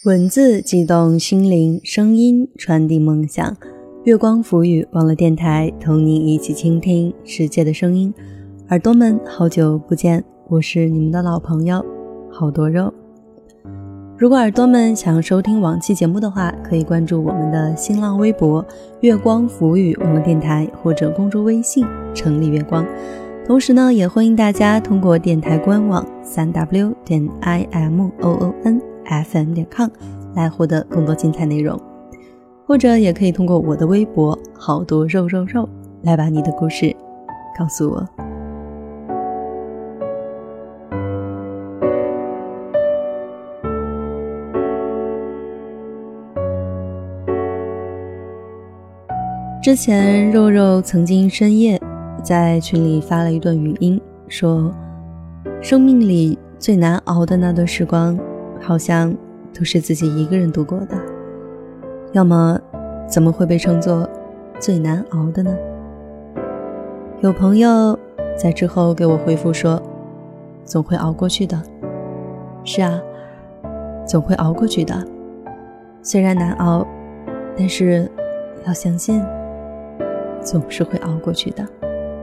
文字激动心灵，声音传递梦想。月光浮语网络电台，同你一起倾听世界的声音。耳朵们，好久不见，我是你们的老朋友好多肉。如果耳朵们想收听往期节目的话，可以关注我们的新浪微博月光浮语网络电台，或者公众微信城里月光。同时呢，也欢迎大家通过电台官网3w.imoonfm.com 来获得更多精彩内容，或者也可以通过我的微博好多肉肉肉来把你的故事告诉我。之前肉肉曾经深夜在群里发了一段语音，说生命里最难熬的那段时光好像都是自己一个人度过的，要么怎么会被称作最难熬的呢？有朋友在之后给我回复说，总会熬过去的。是啊，总会熬过去的，虽然难熬，但是要相信总是会熬过去的。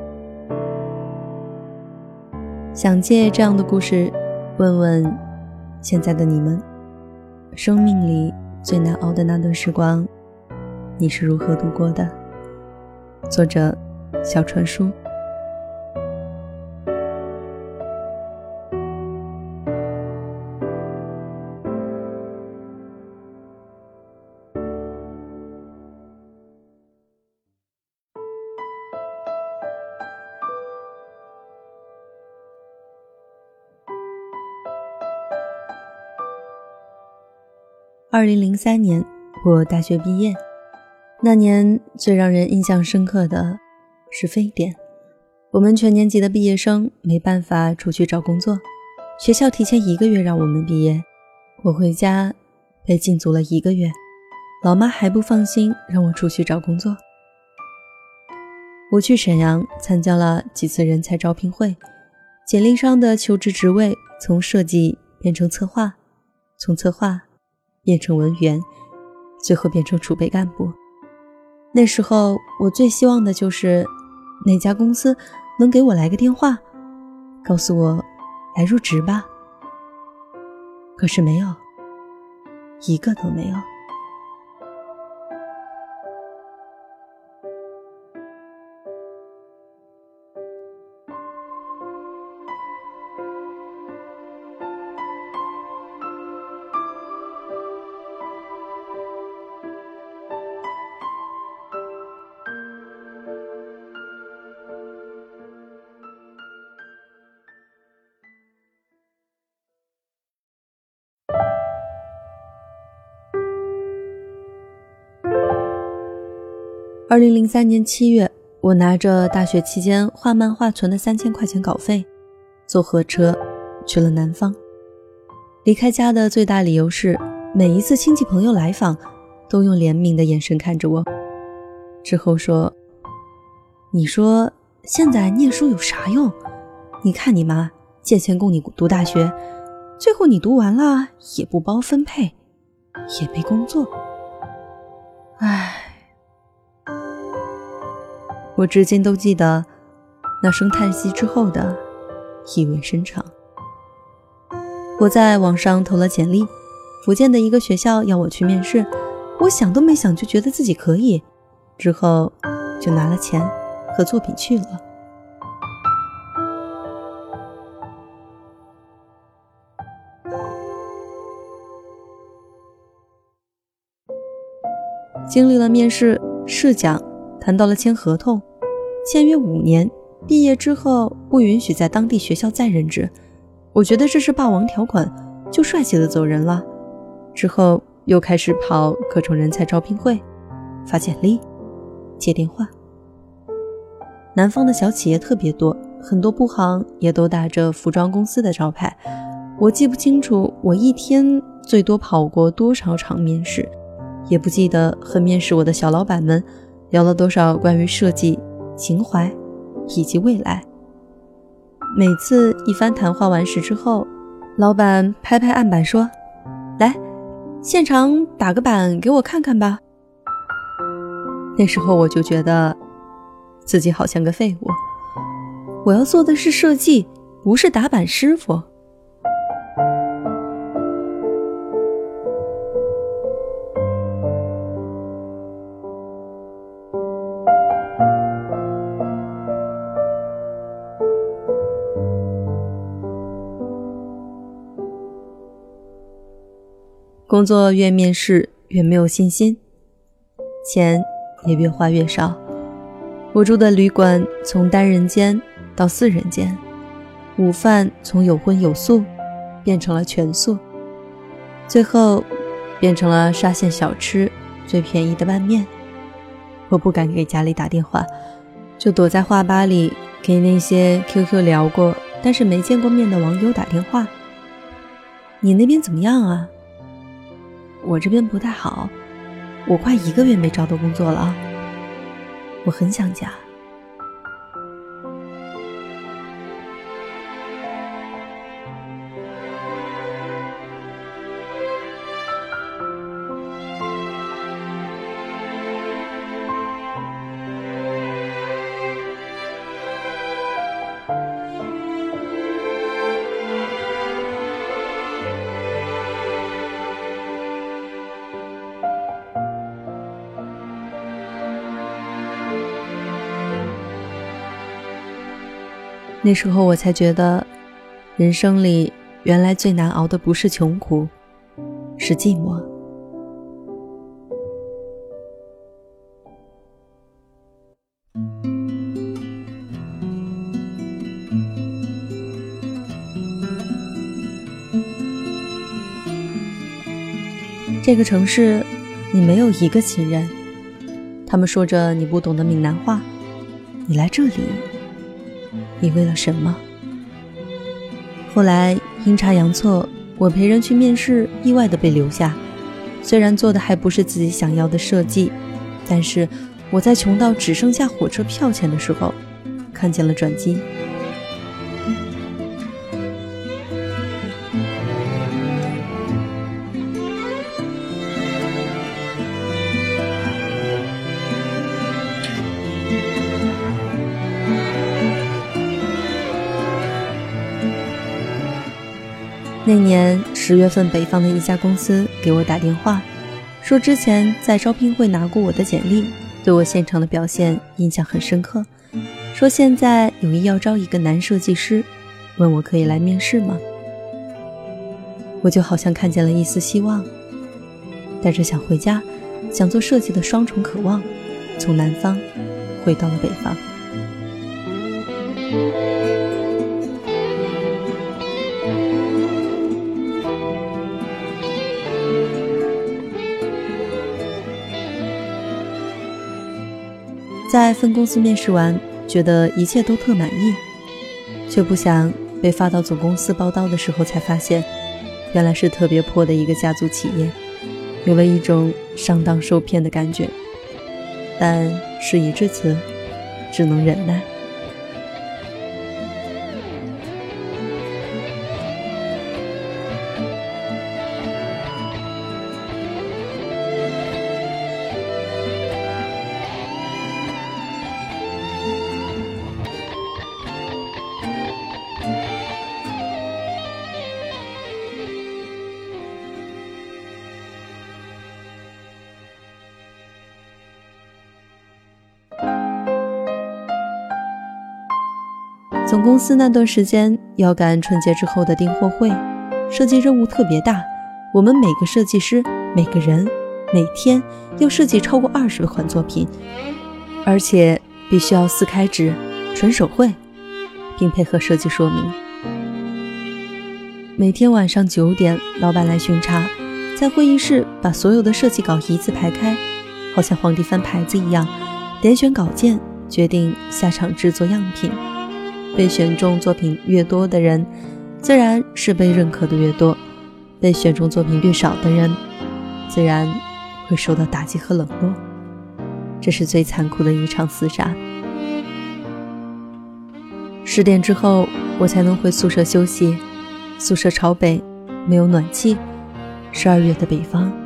想借这样的故事问问现在的你们，生命里最难熬的那段时光你是如何度过的？作者小川书。2003年我大学毕业，那年最让人印象深刻的是非典。我们全年级的毕业生没办法出去找工作，学校提前1个月让我们毕业，我回家被禁足了1个月，老妈还不放心让我出去找工作。我去沈阳参加了几次人才招聘会，简历上的求职职位从设计变成策划，从策划变成文员，最后变成储备干部。那时候我最希望的就是哪家公司能给我来个电话，告诉我来入职吧。可是没有，一个都没有。2003年7月，我拿着大学期间画漫画存的3000块钱稿费，坐火车去了南方。离开家的最大理由是，每一次亲戚朋友来访，都用怜悯的眼神看着我。之后说，你说现在念书有啥用？你看你妈借钱供你读大学，最后你读完了也不包分配，也没工作。唉，我至今都记得那声叹息之后的意味深长。我在网上投了简历，福建的一个学校要我去面试，我想都没想就觉得自己可以，之后就拿了钱和作品去了。经历了面试、试讲，谈到了签合同，签约5年，毕业之后不允许在当地学校再任职。我觉得这是霸王条款，就帅气的走人了。之后又开始跑各种人才招聘会，发简历，接电话。南方的小企业特别多，很多部行也都打着服装公司的招牌。我记不清楚我一天最多跑过多少场面试，也不记得和面试我的小老板们聊了多少关于设计、情怀以及未来。每次一番谈话完事之后，老板拍拍案板说，来， 现场打个板给我看看吧。那时候我就觉得自己好像个废物，我要做的是设计，不是打板师傅。工作越面试越没有信心，钱也越花越少。我住的旅馆从单人间到4人间，午饭从有荤有素变成了全素，最后变成了沙县小吃最便宜的拌面。我不敢给家里打电话，就躲在画吧里给那些 QQ 聊过但是没见过面的网友打电话。你那边怎么样啊？我这边不太好，我快1个月没找到工作了，我很想家。那时候我才觉得，人生里原来最难熬的不是穷苦，是寂寞。这个城市，你没有一个亲人，他们说着你不懂的闽南话，你来这里你为了什么？后来阴差阳错，我陪人去面试，意外的被留下。虽然做的还不是自己想要的设计，但是我在穷到只剩下火车票钱的时候，看见了转机。那年10月份，北方的一家公司给我打电话，说之前在招聘会拿过我的简历，对我现场的表现印象很深刻，说现在有意要招一个男设计师，问我可以来面试吗？我就好像看见了一丝希望，带着想回家、想做设计的双重渴望，从南方回到了北方。在分公司面试完，觉得一切都特满意，却不想被发到总公司报到的时候才发现，原来是特别破的一个家族企业，有了一种上当受骗的感觉。但事已至此，只能忍耐。总公司那段时间要赶春节之后的订货会，设计任务特别大，我们每个设计师每个人每天要设计超过20款作品，而且必须要4开纸纯手绘，并配合设计说明。每天晚上9点，老板来巡查，在会议室把所有的设计稿一字排开，好像皇帝翻牌子一样，点选稿件，决定下场制作样品。被选中作品越多的人，自然是被认可的越多，被选中作品越少的人，自然会受到打击和冷落。这是最残酷的一场厮杀。10点之后，我才能回宿舍休息。宿舍朝北，没有暖气。12月的北方，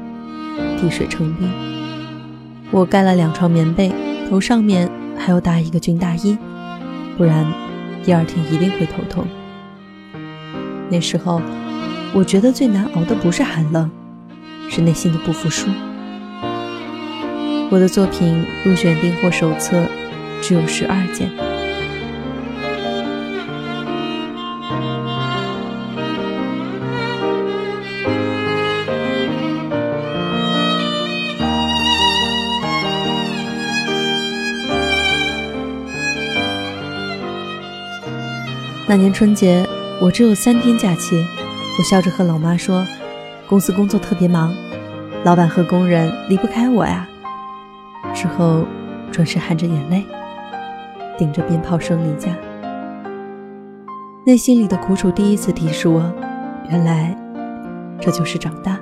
滴水成冰。我盖了2床棉被，头上面还要搭一个军大衣，不然第2天一定会头痛。那时候我觉得最难熬的不是寒冷，是内心的不服输。我的作品入选订货手册只有12件。那年春节我只有3天假期，我笑着和老妈说，公司工作特别忙，老板和工人离不开我呀。之后转身含着眼泪顶着鞭炮声离家。内心里的苦楚第一次提示我，原来这就是长大。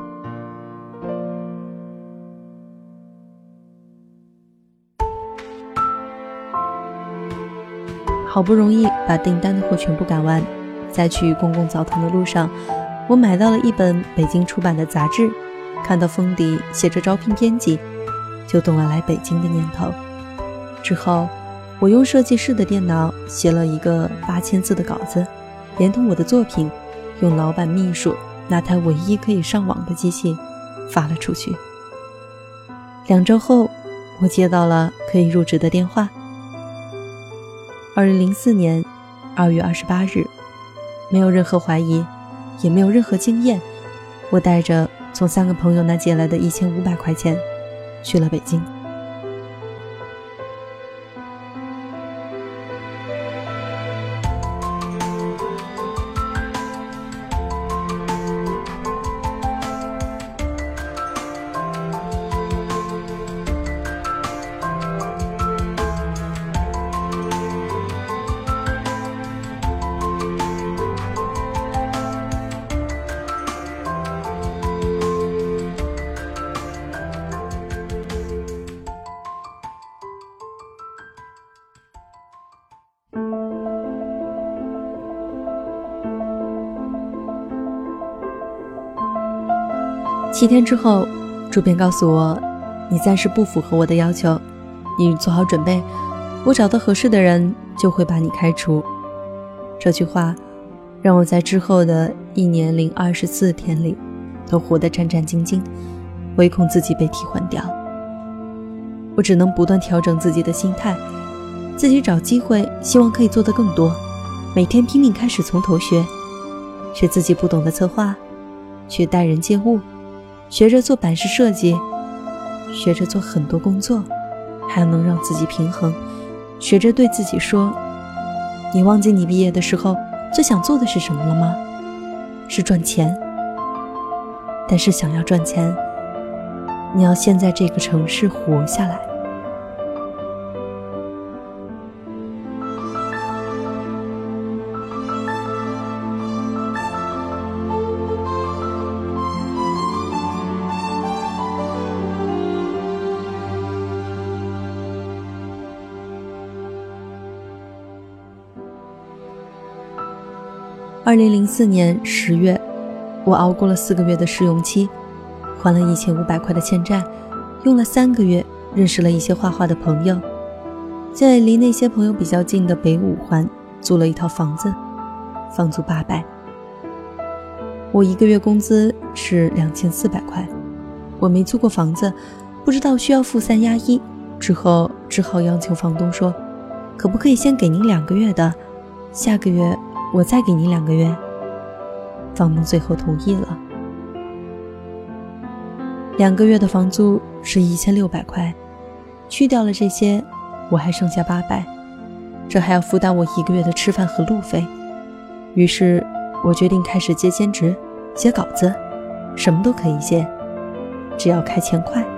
好不容易把订单的货全部赶完，在去公共澡堂的路上，我买到了一本北京出版的杂志，看到封底写着招聘编辑，就动了来北京的念头。之后我用设计师的电脑写了一个8000字的稿子，连同我的作品用老板秘书那台唯一可以上网的机器发了出去。2周后我接到了可以入职的电话。2004年2月28日，没有任何怀疑，也没有任何经验，我带着从3个朋友那借来的1500块钱去了北京。7天之后，主编告诉我，你暂时不符合我的要求，你做好准备，我找到合适的人就会把你开除。这句话让我在之后的1年零24天里都活得战战兢兢，唯恐自己被替换掉。我只能不断调整自己的心态，自己找机会，希望可以做得更多，每天拼命开始从头学自己不懂的策划，学待人接物，学着做版式设计，学着做很多工作，还能让自己平衡，学着对自己说，你忘记你毕业的时候最想做的是什么了吗？是赚钱。但是想要赚钱，你要先在这个城市活下来。2004年10月，我熬过了4个月的试用期，还了1500块的欠债，用了3个月认识了一些画画的朋友，在离那些朋友比较近的北五环租了一套房子，房租800。我1个月工资是2400块，我没租过房子，不知道需要付3押1，之后只好央求房东说，可不可以先给您2个月的，下个月我再给您2个月。房东最后同意了。2个月的房租是1600块，去掉了这些，我还剩下800，这还要负担我1个月的吃饭和路费。于是我决定开始接兼职，写稿子，什么都可以写，只要开钱快。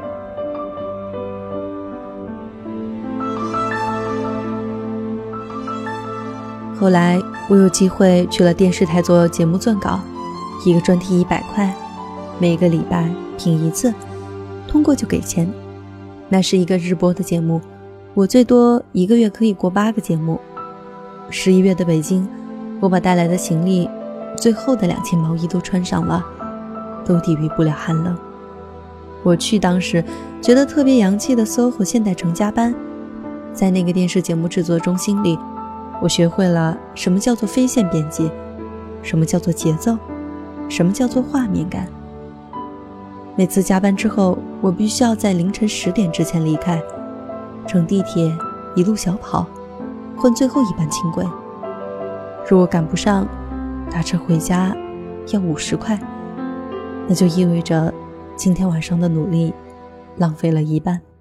后来我有机会去了电视台做节目撰稿，一个专题100块，每个礼拜评1次，通过就给钱。那是一个日播的节目，我最多1个月可以过8个节目。11月的北京，我把带来的行李最后的2件毛衣都穿上了，都抵御不了寒冷。 我去当时觉得特别洋气的 SOHO 现代城加班。在那个电视节目制作中心里，我学会了什么叫做非线编辑，什么叫做节奏，什么叫做画面感。每次加班之后，我必须要在凌晨10点之前离开，乘地铁一路小跑，混最后一班轻轨。如果赶不上，打车回家要50块，那就意味着今天晚上的努力浪费了一半。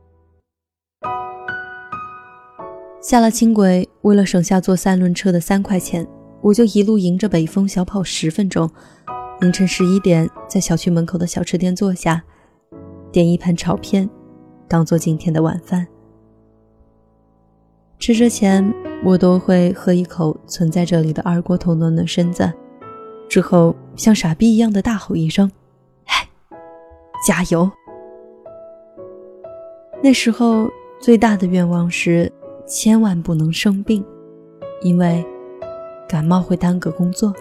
下了轻轨，为了省下坐3轮车的3块钱，我就一路迎着北风小跑10分钟。凌晨11点，在小区门口的小吃店坐下，点一盘炒片，当做今天的晚饭。吃之前，我都会喝一口存在这里的二锅头暖暖身子，之后像傻逼一样的大吼一声：“嗨，加油！”那时候最大的愿望是千万不能生病，因为感冒会耽搁工作。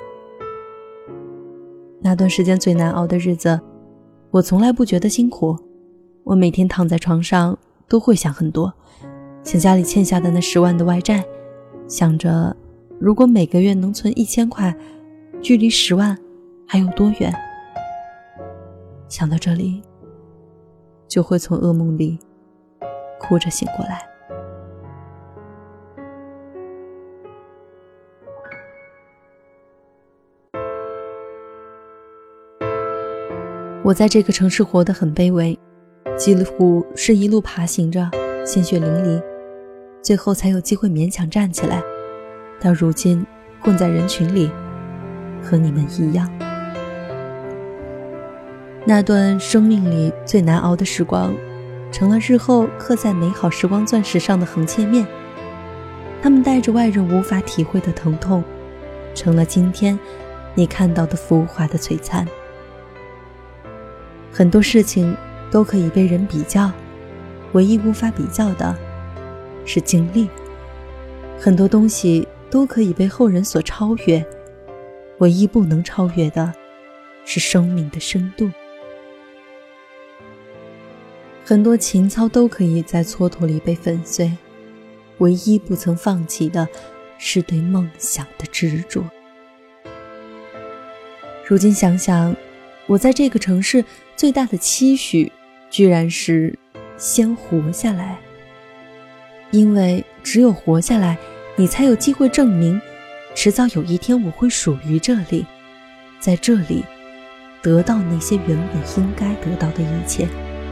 那段时间最难熬的日子，我从来不觉得辛苦。我每天躺在床上都会想很多，想家里欠下的那10万的外债，想着如果每个月能存1000块，距离10万还有多远。想到这里，就会从噩梦里哭着醒过来。我在这个城市活得很卑微，几乎是一路爬行着，鲜血淋漓，最后才有机会勉强站起来。到如今混在人群里，和你们一样。那段生命里最难熬的时光，成了日后刻在美好时光钻石上的横切面。它们带着外人无法体会的疼痛，成了今天你看到的浮华的璀璨。很多事情都可以被人比较，唯一无法比较的是经历。很多东西都可以被后人所超越，唯一不能超越的是生命的深度。很多情操都可以在蹉跎里被粉碎，唯一不曾放弃的是对梦想的执着。如今想想，我在这个城市最大的期许，居然是先活下来。因为只有活下来，你才有机会证明，迟早有一天我会属于这里，在这里得到那些原本应该得到的一切。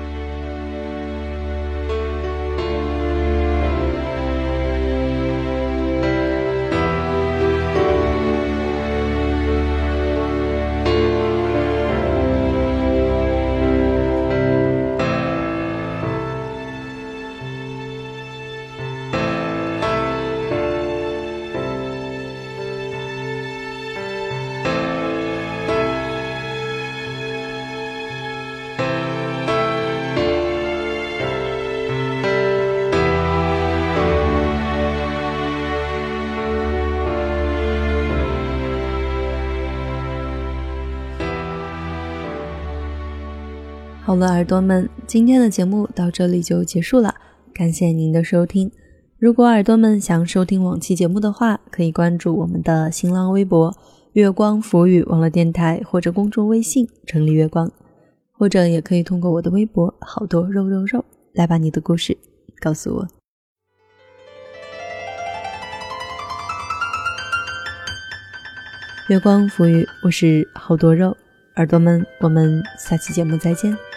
好了，耳朵们，今天的节目到这里就结束了，感谢您的收听。如果耳朵们想收听往期节目的话，可以关注我们的新浪微博月光浮语网络电台，或者公众微信城里月光，或者也可以通过我的微博好多肉肉肉来把你的故事告诉我。月光浮语，我是好多肉，耳朵们，我们下期节目再见。